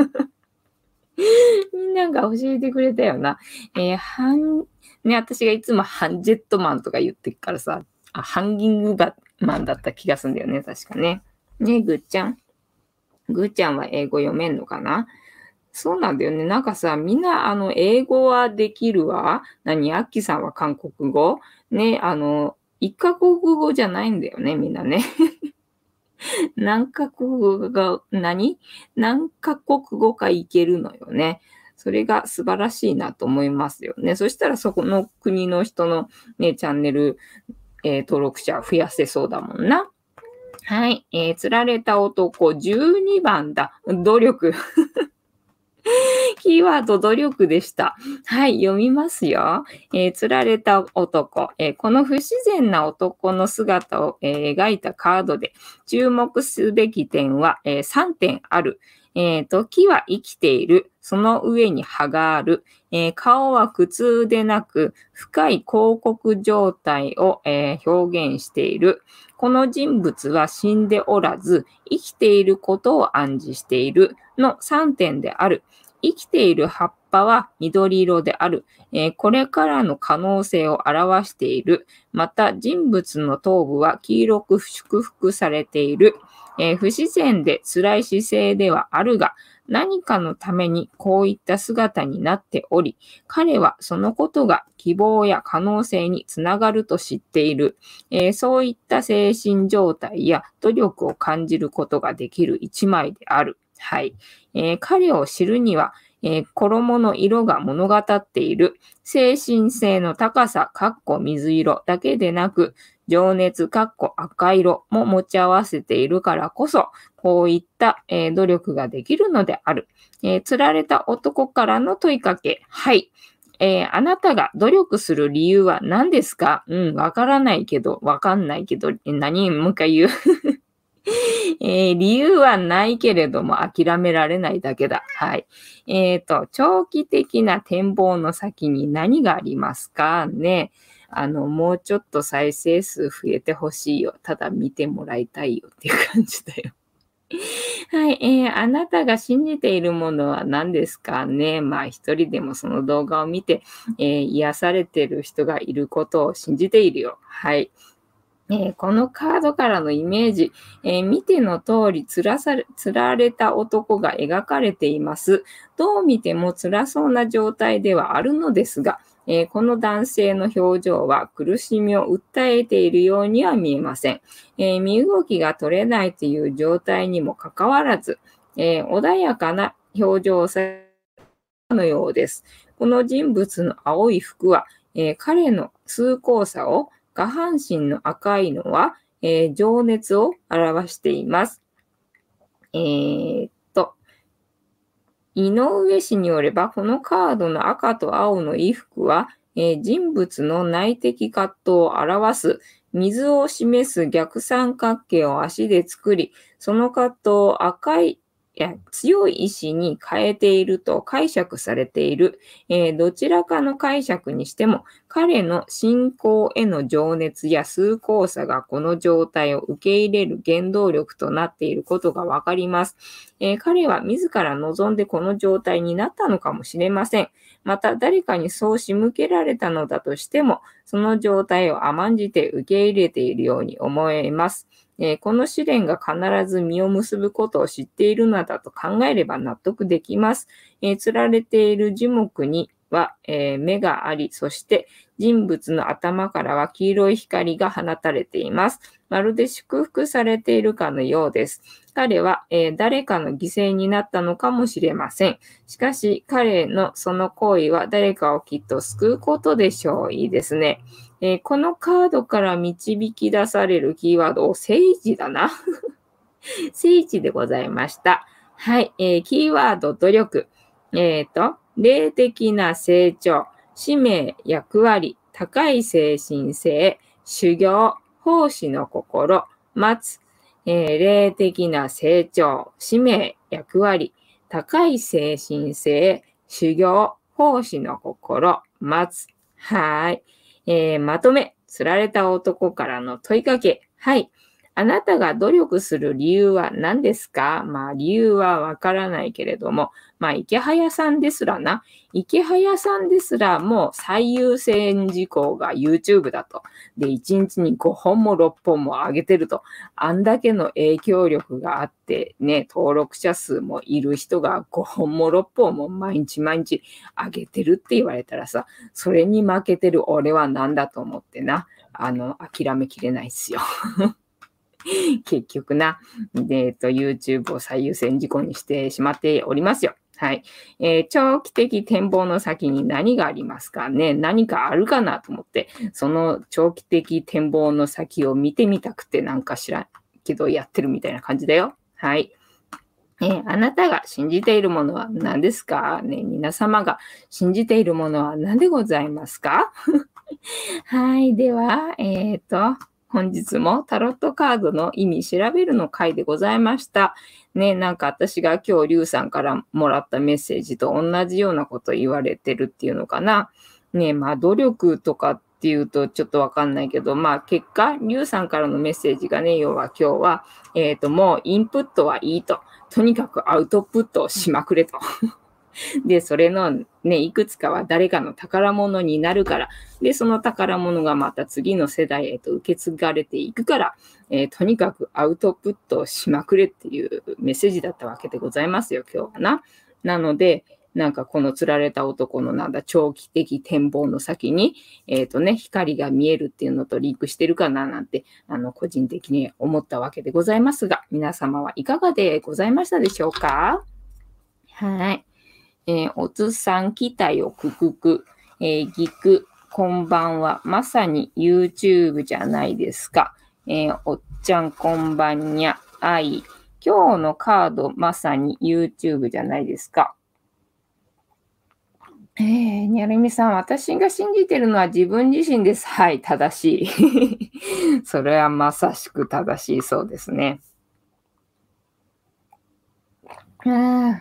みんなが教えてくれたよな。えー、ハン、ね、私がいつもハンジェットマンとか言ってっからさ、あ、ハンギングマンだった気がするんだよね、確かね。ねえ、ぐっちゃん。ぐっちゃんは英語読めんのかな？そうなんだよね。なんかさ、みんな、あの、英語はできるわ。何？アッキーさんは韓国語ね、あの、一カ国語じゃないんだよね、みんなね。何カ国語が、何何カ国語かいけるのよね。それが素晴らしいなと思いますよね。そしたらそこの国の人のね、チャンネル、えー登録者増やせそうだもんな。はい。えー、釣られた男じゅうにばんだ。努力。キーワード努力でした。はい、読みますよ。えー、釣られた男、えーこの不自然な男の姿を、えー描いたカードで注目すべき点は、えーさんてんある。えーと、木は生きている。その上に葉がある。えー顔は苦痛でなく、深い広告状態を、えー表現している。この人物は死んでおらず、生きていることを暗示しているのさんてんである。生きている葉っぱは緑色である。えーこれからの可能性を表している。また、人物の頭部は黄色く祝福されている。えー不自然で辛い姿勢ではあるが、何かのためにこういった姿になっており、彼はそのことが希望や可能性につながると知っている。えーそういった精神状態や努力を感じることができる一枚である。はい。えー彼を知るには、えー衣の色が物語っている。精神性の高さ、かっこ水色だけでなく、情熱、かっこ赤色も持ち合わせているからこそ、こういった、えー努力ができるのである。えー釣られた男からの問いかけ。はい。えーあなたが努力する理由は何ですか？うん、わからないけど、わかんないけど、え何もう一回言う。えー理由はないけれども諦められないだけだ。はい。えっと、長期的な展望の先に何がありますかね。あの、もうちょっと再生数増えてほしいよ。ただ見てもらいたいよっていう感じだよ。 はい、えー、あなたが信じているものは何ですかね。まあ、一人でもその動画を見て、えー、癒されている人がいることを信じているよ。はい。えーこのカードからのイメージ、えー見ての通り、つらされ、つられた男が描かれています。どう見ても辛そうな状態ではあるのですが、えーこの男性の表情は苦しみを訴えているようには見えません。えー身動きが取れないという状態にもかかわらず、えー穏やかな表情をされたのようです。この人物の青い服は、えー彼の崇高さを、下半身の赤いのは、えー情熱を表しています。えーっと、井上氏によれば、このカードの赤と青の衣服は、えー人物の内的葛藤を表す、水を示す逆三角形を足で作り、その葛藤を赤い、いや強い意志に変えていると解釈されている。えーどちらかの解釈にしても、彼の信仰への情熱や崇高さがこの状態を受け入れる原動力となっていることがわかります。えー彼は自ら望んでこの状態になったのかもしれません。また誰かにそう仕向けられたのだとしても、その状態を甘んじて受け入れているように思えます。えーこの試練が必ず実を結ぶことを知っているのだと考えれば納得できます。えー、釣られている樹木には、えー目があり、そして人物の頭からは黄色い光が放たれています。まるで祝福されているかのようです。彼は、えー誰かの犠牲になったのかもしれません。しかし、彼のその行為は誰かをきっと救うことでしょう。いいですね。えーこのカードから導き出されるキーワードを聖地だな。聖地でございました。はい。えーキーワード、努力。えっ、と、霊的な成長、使命、役割、高い精神性、修行、奉仕の心、待つ、えー霊的な成長、使命、役割、高い精神性、修行、奉仕の心、待つ。はい。えーまとめ、釣られた男からの問いかけ。はい。あなたが努力する理由は何ですか？まあ理由はわからないけれども、まあ池早さんですらな、池早さんですらもう最優先事項が YouTube だと。で、いちにちにごほんもろっぽんも上げてると。あんだけの影響力があってね、登録者数もいる人がごほんもろっぽんも毎日毎日上げてるって言われたらさ、それに負けてる俺は何だと思ってな、あの、諦めきれないっすよ。結局な、で、えっと、YouTube を最優先事項にしてしまっておりますよ。はい。えー長期的展望の先に何がありますかね。何かあるかなと思って、その長期的展望の先を見てみたくてなんか知らんけどやってるみたいな感じだよ。はい。えーあなたが信じているものは何ですかね。皆様が信じているものは何でございますか？はい。では、えっと、本日もタロットカードの意味調べるの回でございました。ね、なんか私が今日リュウさんからもらったメッセージと同じようなこと言われてるっていうのかな。ね、まあ努力とかっていうとちょっとわかんないけど、まあ結果、リュウさんからのメッセージがね、要は今日は、えっと、もうインプットはいいと。とにかくアウトプットをしまくれと。で、それのね、いくつかは誰かの宝物になるから、で、その宝物がまた次の世代へと受け継がれていくから、えーとにかくアウトプットをしまくれっていうメッセージだったわけでございますよ、今日はな。なので、なんかこの釣られた男のなんだ、長期的展望の先に、えっ、とね、光が見えるっていうのとリンクしてるかななんて、あの、個人的に思ったわけでございますが、皆様はいかがでございましたでしょうか？はい。えーおつさん来たよ、くくく。えー、ぎく、こんばんは。まさに YouTube じゃないですか。えーおっちゃん、こんばんにゃ。あい。今日のカード、まさに YouTube じゃないですか。えー、にゃるみさん、私が信じてるのは自分自身です。はい、正しい。それはまさしく正しいそうですね。うん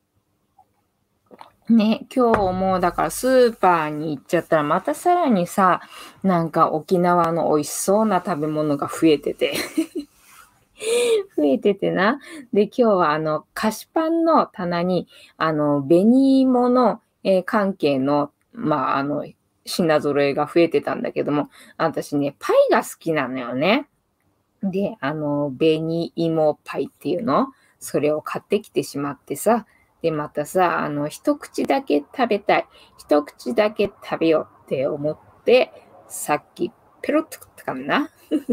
ね、今日もうだからスーパーに行っちゃったらまたさらにさ、なんか沖縄の美味しそうな食べ物が増えてて。 増えててな。で、今日はあの、菓子パンの棚に、あの、紅芋の、えー関係の、まあ、あの、品揃えが増えてたんだけども、私ね、パイが好きなのよね。で、あの、紅芋パイっていうの、それを買ってきてしまってさ、で、またさ、あの、一口だけ食べたい。一口だけ食べようって思って、さっき、ペロッと食ったかな。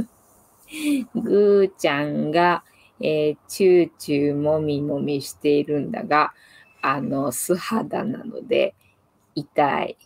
ぐーちゃんが、えー、チューチューもみもみしているんだが、あの、素肌なので、痛い。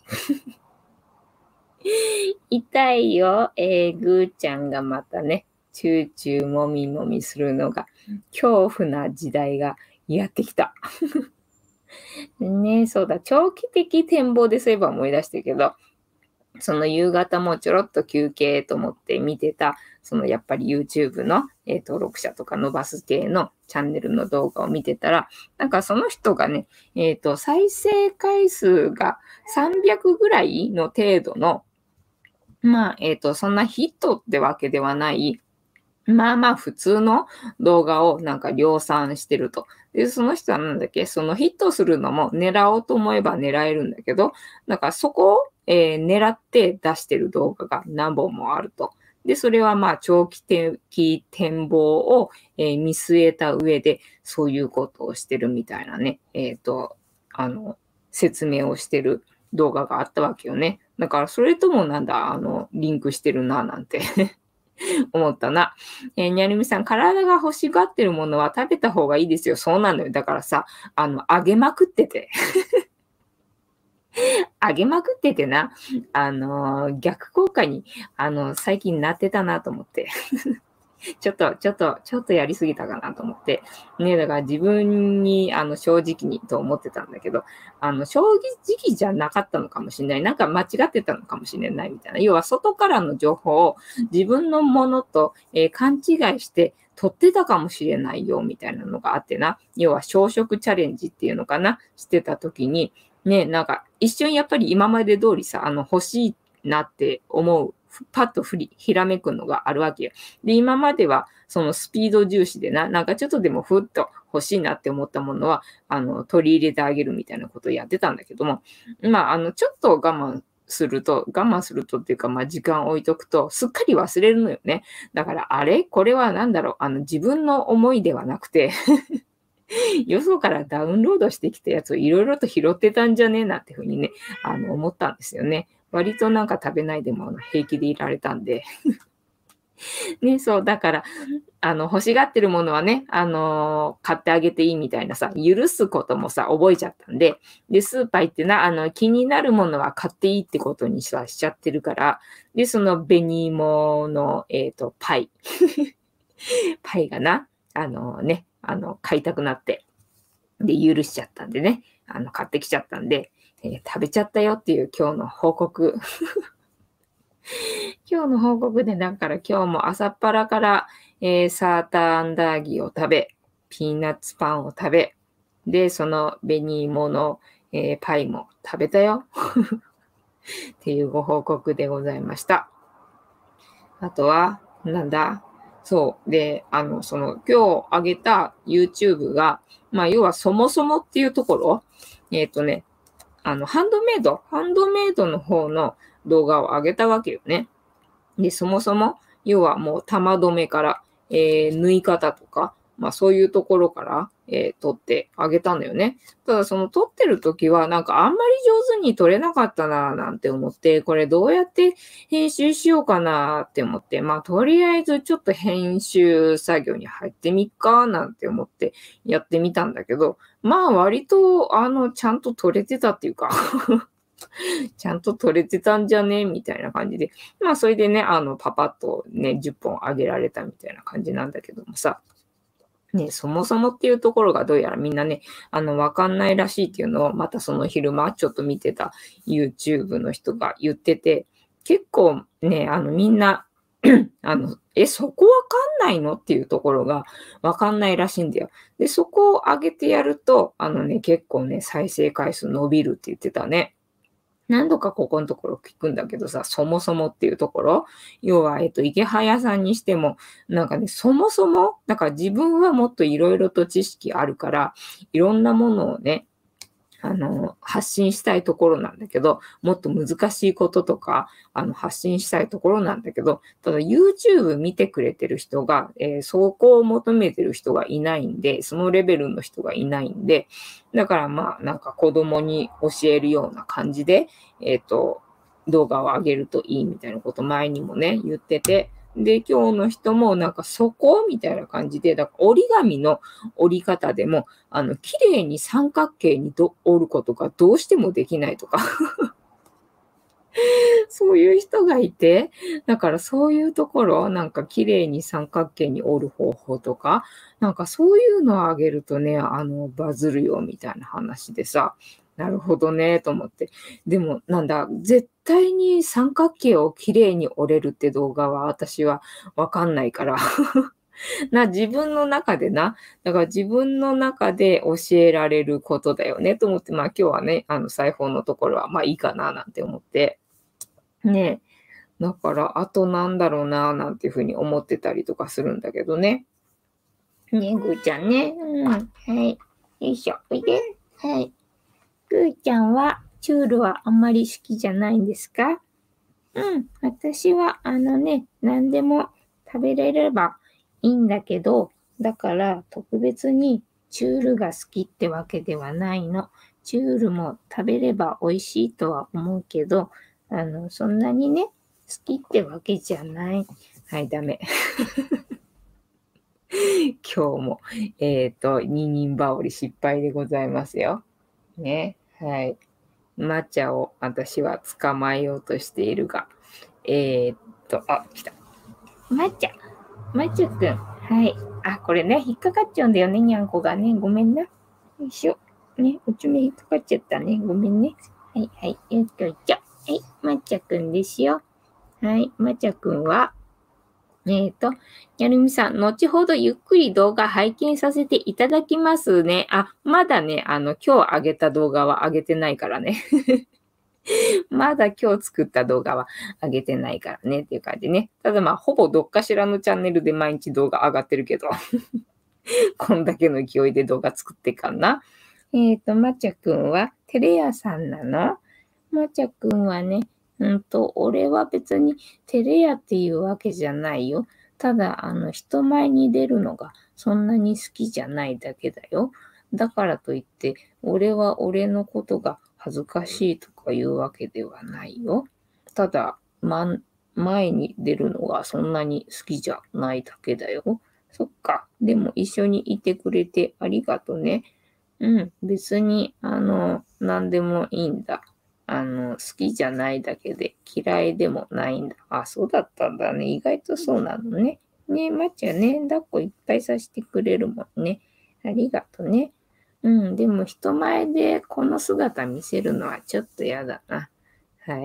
痛いよ。えー、ぐーちゃんがまたね、チューチューもみもみするのが、恐怖な時代がやってきた。ね、そうだ、長期的展望でそういえば思い出したけど、その夕方もちょろっと休憩と思って見てた、そのやっぱり YouTube の、えー登録者とか伸ばす系のチャンネルの動画を見てたら、なんかその人がね、えっ、と、再生回数がさんびゃくぐらいの程度の、まあ、えっ、と、そんなヒットってわけではない、まあまあ普通の動画をなんか量産してると。で、その人はなんだっけ、そのヒットするのも狙おうと思えば狙えるんだけど、なんかそこを、えー狙って出してる動画が何本もあると。で、それはまあ長期的展望を、えー見据えた上でそういうことをしてるみたいなね、えっと、あの、説明をしてる動画があったわけよね。だからそれともなんだ、あの、リンクしてるな、なんて思ったな。えーにゃるみさん、体が欲しがってるものは食べた方がいいですよ。そうなのよ。だからさ、あの、揚げまくってて。揚げまくっててな、あのー逆効果に、あの、最近なってたなと思って。ちょっと、ちょっと、ちょっとやりすぎたかなと思って。ね、だから自分に、あの、正直にと思ってたんだけど、あの、正直じゃなかったのかもしれない。なんか間違ってたのかもしれないみたいな。要は、外からの情報を自分のものと、えー勘違いして取ってたかもしれないよ、みたいなのがあってな。要は、小食チャレンジっていうのかな、してた時に、ね、なんか、一瞬やっぱり今まで通りさ、あの、欲しいなって思う、パッと振り、ひらめくのがあるわけよ。で、今まではそのスピード重視でな、なんかちょっとでもふっと欲しいなって思ったものは、あの、取り入れてあげるみたいなことをやってたんだけども、まあ、あの、ちょっと我慢すると、我慢するとっていうか、まあ、時間を置いとくと、すっかり忘れるのよね。だから、あれこれは何だろうあの、自分の思いではなくてよそからダウンロードしてきたやつをいろいろと拾ってたんじゃねえなっていうふうにね、あの、思ったんですよね。割となんか食べないでもあの平気でいられたんで。ね、そう、だから、あの、欲しがってるものはね、あのー買ってあげていいみたいなさ、許すこともさ、覚えちゃったんで、で、スーパー行ってな、あの、気になるものは買っていいってことにさ、しちゃってるから、で、その紅芋の、えっと、パイ。パイがな、あのね、あの、買いたくなって、で、許しちゃったんでね、あの、買ってきちゃったんで、えー食べちゃったよっていう今日の報告。今日の報告で、だから今日も朝っぱらから、えーサーターアンダーギーを食べ、ピーナッツパンを食べ、で、その紅芋の、えーパイも食べたよっていうご報告でございました。あとは、なんだそう。で、あの、その、今日上げた YouTube が、まあ、要はそもそもっていうところ、えっとね、あの、ハンドメイド、ハンドメイドの方の動画を上げたわけよね。で、そもそも、要はもう玉留めから、えー縫い方とか、まあそういうところから、えー撮ってあげたんだよね。ただその撮ってる時はなんかあんまり上手に撮れなかったなぁなんて思って、これどうやって編集しようかなって思って、まあとりあえずちょっと編集作業に入ってみっかなんて思ってやってみたんだけど、まあ割とあのちゃんと撮れてたっていうかちゃんと撮れてたんじゃねみたいな感じで。まあ、それでね、あの、パパッとね、じゅっぽんあげられたみたいな感じなんだけどもさ。ね、そもそもっていうところがどうやらみんなね、あの、わかんないらしいっていうのを、またその昼間ちょっと見てた YouTube の人が言ってて、結構ね、あの、みんなあの、え、そこわかんないのっていうところがわかんないらしいんだよ。で、そこを上げてやると、あのね、結構ね、再生回数伸びるって言ってたね。 何度かここのところ聞くんだけどさ、そもそもっていうところ、要は、えっと、池早さんにしても、なんかね、そもそも、だから自分はもっといろいろと知識あるから、いろんなものをね、あの、発信したいところなんだけど、もっと難しいこととか、あの、発信したいところなんだけど、ただ YouTube 見てくれてる人が、えーそこを求めてる人がいないんで、そのレベルの人がいないんで、だからまあ、なんか子供に教えるような感じで、えっと、動画を上げるといいみたいなこと前にもね、言ってて、で、今日の人もなんかそこみたいな感じで、だから折り紙の折り方でも、あの、綺麗に三角形にど折ることがどうしてもできないとか、そういう人がいて、だからそういうところ、なんか綺麗に三角形に折る方法とか、なんかそういうのをあげるとね、あの、バズるよみたいな話でさ、なるほどね、と思って。でも、なんだ、絶対に三角形を綺麗に折れるって動画は私はわかんないから。な、自分の中でな、だから自分の中で教えられることだよねと思って、まあ今日はね、あの裁縫のところはまあいいかななんて思って、ねえ、だからあとなんだろうななんていうふうに思ってたりとかするんだけどね。ねえ、ぐーちゃんね。うん。はい。よいしょ。おいで。はい。ぐーちゃんは、チュールはあんまり好きじゃないんですか？うん。私は、あのね、何でも食べれればいいんだけど、だから特別にチュールが好きってわけではないの。チュールも食べれば美味しいとは思うけど、あの、そんなにね、好きってわけじゃない。はい、ダメ。今日も、えっと、二人羽織失敗でございますよ。ね。はい。抹茶を私は捕まえようとしているが、えーっと、あ、来た。抹茶。抹茶くん。はい。あ、これね、引っかかっちゃうんだよね、にゃんこがね。ごめんな。よいしょ。ね、お爪引っかかっちゃったね。ごめんね。はい、はい。よっといちょ。はい、抹茶くんですよ。はい、抹茶くんは、えっと、やるみさん、後ほどゆっくり動画拝見させていただきますね。あ、まだね、あの、今日上げた動画は上げてないからね。まだ今日作った動画は上げてないからねっていう感じね。ただまあ、ほぼどっかしらのチャンネルで毎日動画上がってるけど、こんだけの勢いで動画作ってかんな。えっと、まちゃくんはテレ屋さんなの？まちゃくんはね、うんと、俺は別にテレ屋っていうわけじゃないよ。ただ、あの、人前に出るのがそんなに好きじゃないだけだよ。だからといって、俺は俺のことが恥ずかしいとかいうわけではないよ。ただ、ま、前に出るのがそんなに好きじゃないだけだよ。そっか。でも一緒にいてくれてありがとね。うん。別に、あの、何でもいいんだ。あの、好きじゃないだけで嫌いでもないんだ。あ、そうだったんだね。意外とそうなのね。ねえ、まっちゃんね、抱っこいっぱいさせてくれるもんね。ありがとね。うん、でも人前でこの姿見せるのはちょっとやだな。はい。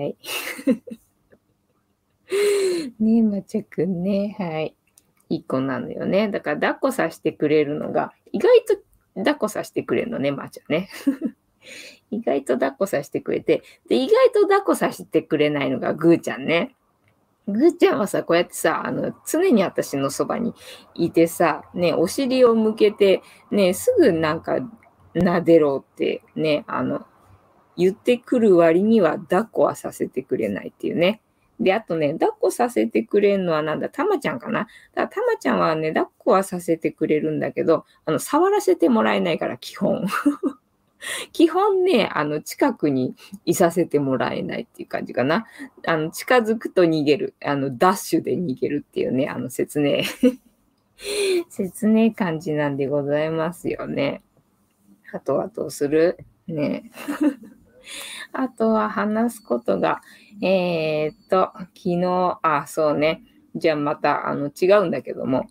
ねえ、まちゃくんね。はい。いい子なのよね。だから抱っこさせてくれるのが、意外と抱っこさせてくれるのね、まーちゃんね。意外と抱っこさせてくれて、で、意外と抱っこさせてくれないのがぐーちゃんね。ぐーちゃんはさ、こうやってさ、あの、常に私のそばにいてさ、ね、お尻を向けて、ね、すぐなんか、撫でろってね、あの、言ってくる割には抱っこはさせてくれないっていうね。で、あとね、抱っこさせてくれるのはなんだ、たまちゃんかな。だからたまちゃんはね、抱っこはさせてくれるんだけど、あの、触らせてもらえないから、基本。基本ね、あの、近くにいさせてもらえないっていう感じかな。あの、近づくと逃げる。あの、ダッシュで逃げるっていうね、あの、説明。説明感じなんでございますよね。あとはどうするね。あとは話すことが、えーっと、昨日、あ、そうね。じゃあまた、あの、違うんだけども。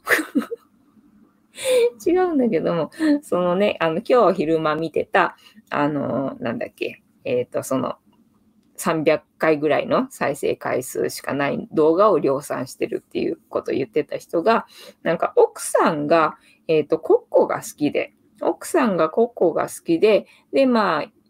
違うんだけども、そのね、あの、今日昼間見てた、あの、なんだっけ、えーっと、その、さんびゃっかいぐらいの再生回数しかない動画を量産してるっていうことを言ってた人が、なんか奥さんが、えっと、コッコが好きで、奥さんがコッコが好きで、で、まあ、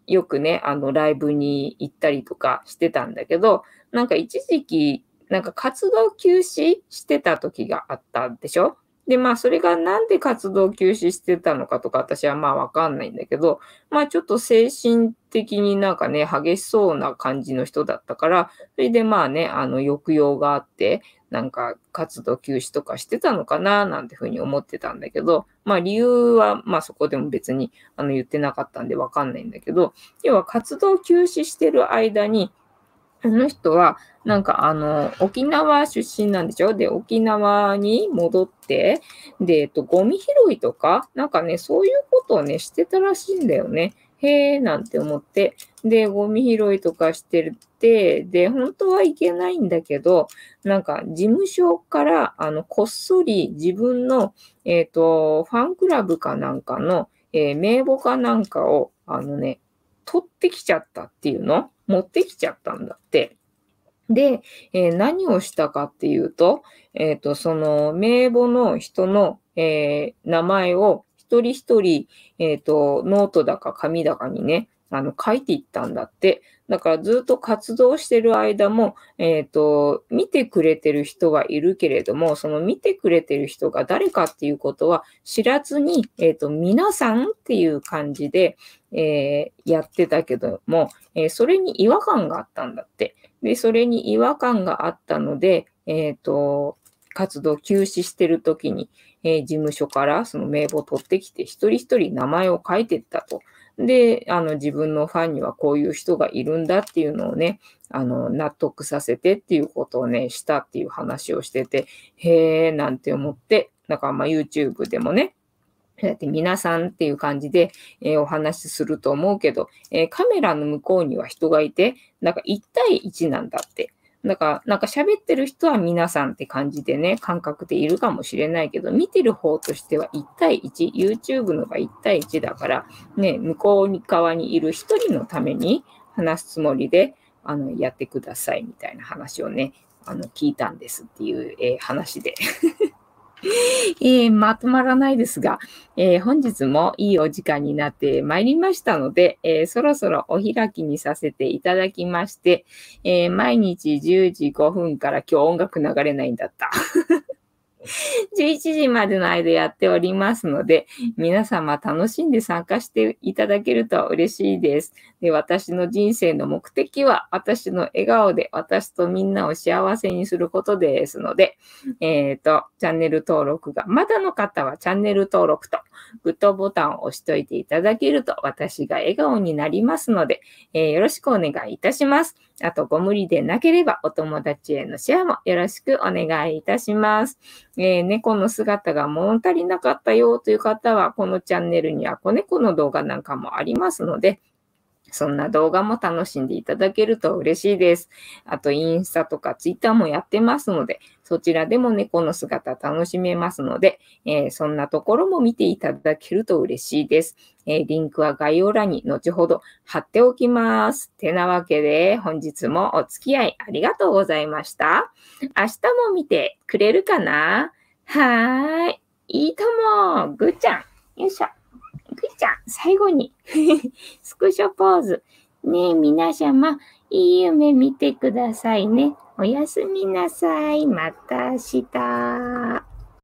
よくね、あの、ライブに行ったりとかしてたんだけど、なんか一時期、なんか活動休止してた時があったでしょ。で、まあ、それがなんで活動休止してたのかとか、私はまあわかんないんだけど、まあちょっと精神的になんかね、激しそうな感じの人だったから、それでまあね、あの抑揚があって、なんか活動休止とかしてたのかななんてふうに思ってたんだけど、まあ理由はまあそこでも別にあの言ってなかったんでわかんないんだけど、要は活動休止してる間に、あの人は、なんかあの、沖縄出身なんでしょ。で、沖縄に戻って、で、えっと、ゴミ拾いとか、なんかね、そういうことをね、してたらしいんだよね。へえ、なんて思って。で、ゴミ拾いとかしてるって、で、本当はいけないんだけど、なんか事務所から、あの、こっそり自分の、えっと、ファンクラブかなんかの、えー名簿かなんかを、あのね、取ってきちゃったっていうの持ってきちゃったんだって。で、えー何をしたかっていうと、えっと、その名簿の人の、えー名前を一人一人、えっと、ノートだか紙だかにね、あの、書いていったんだって。だからずっと活動してる間も、えっと、見てくれてる人はいるけれども、その見てくれてる人が誰かっていうことは知らずに、えっと、皆さんっていう感じで、えーやってたけども、えーそれに違和感があったんだって。で、それに違和感があったので、えっと、活動休止してる時に、えー事務所からその名簿を取ってきて、一人一人名前を書いてったと。で、あの、自分のファンにはこういう人がいるんだっていうのをね、あの、納得させてっていうことをね、したっていう話をしてて、へーなんて思って、だからまあ YouTube でもね、そうやって皆さんっていう感じで、えーお話しすると思うけど、えーカメラの向こうには人がいて、なんかいち対いちなんだって。だから、なんか喋ってる人は皆さんって感じでね、感覚でいるかもしれないけど、見てる方としてはいち対いち、YouTube のがいち対いちだから、ね、向こう側にいる一人のために話すつもりで、あの、やってくださいみたいな話をね、あの、聞いたんですっていう、えー話で。えーまとまらないですが、えー本日もいいお時間になってまいりましたので、えーそろそろお開きにさせていただきまして、えー毎日じゅうじごふんから今日音楽流れないんだった。じゅういちじまでの間やっておりますので、皆様楽しんで参加していただけると嬉しいです。で、私の人生の目的は、私の笑顔で私とみんなを幸せにすることですので、えっと、チャンネル登録が、まだの方はチャンネル登録と、グッドボタンを押しといていただけると、私が笑顔になりますので、えーよろしくお願いいたします。あと、ご無理でなければ、お友達へのシェアもよろしくお願いいたします。えー猫の姿が物足りなかったよという方は、このチャンネルには子猫の動画なんかもありますので、そんな動画も楽しんでいただけると嬉しいです。あと、インスタとかツイッターもやってますので、そちらでも猫の姿楽しめますので、えーそんなところも見ていただけると嬉しいです。えーリンクは概要欄に後ほど貼っておきます。てなわけで、本日もお付き合いありがとうございました。明日も見てくれるかな？はーい。いいとも。ぐーちゃん。よいしょ。ぐーちゃん、最後に。スクショポーズ。ねえ、皆様、いい夢見てくださいね。おやすみなさい。また明日。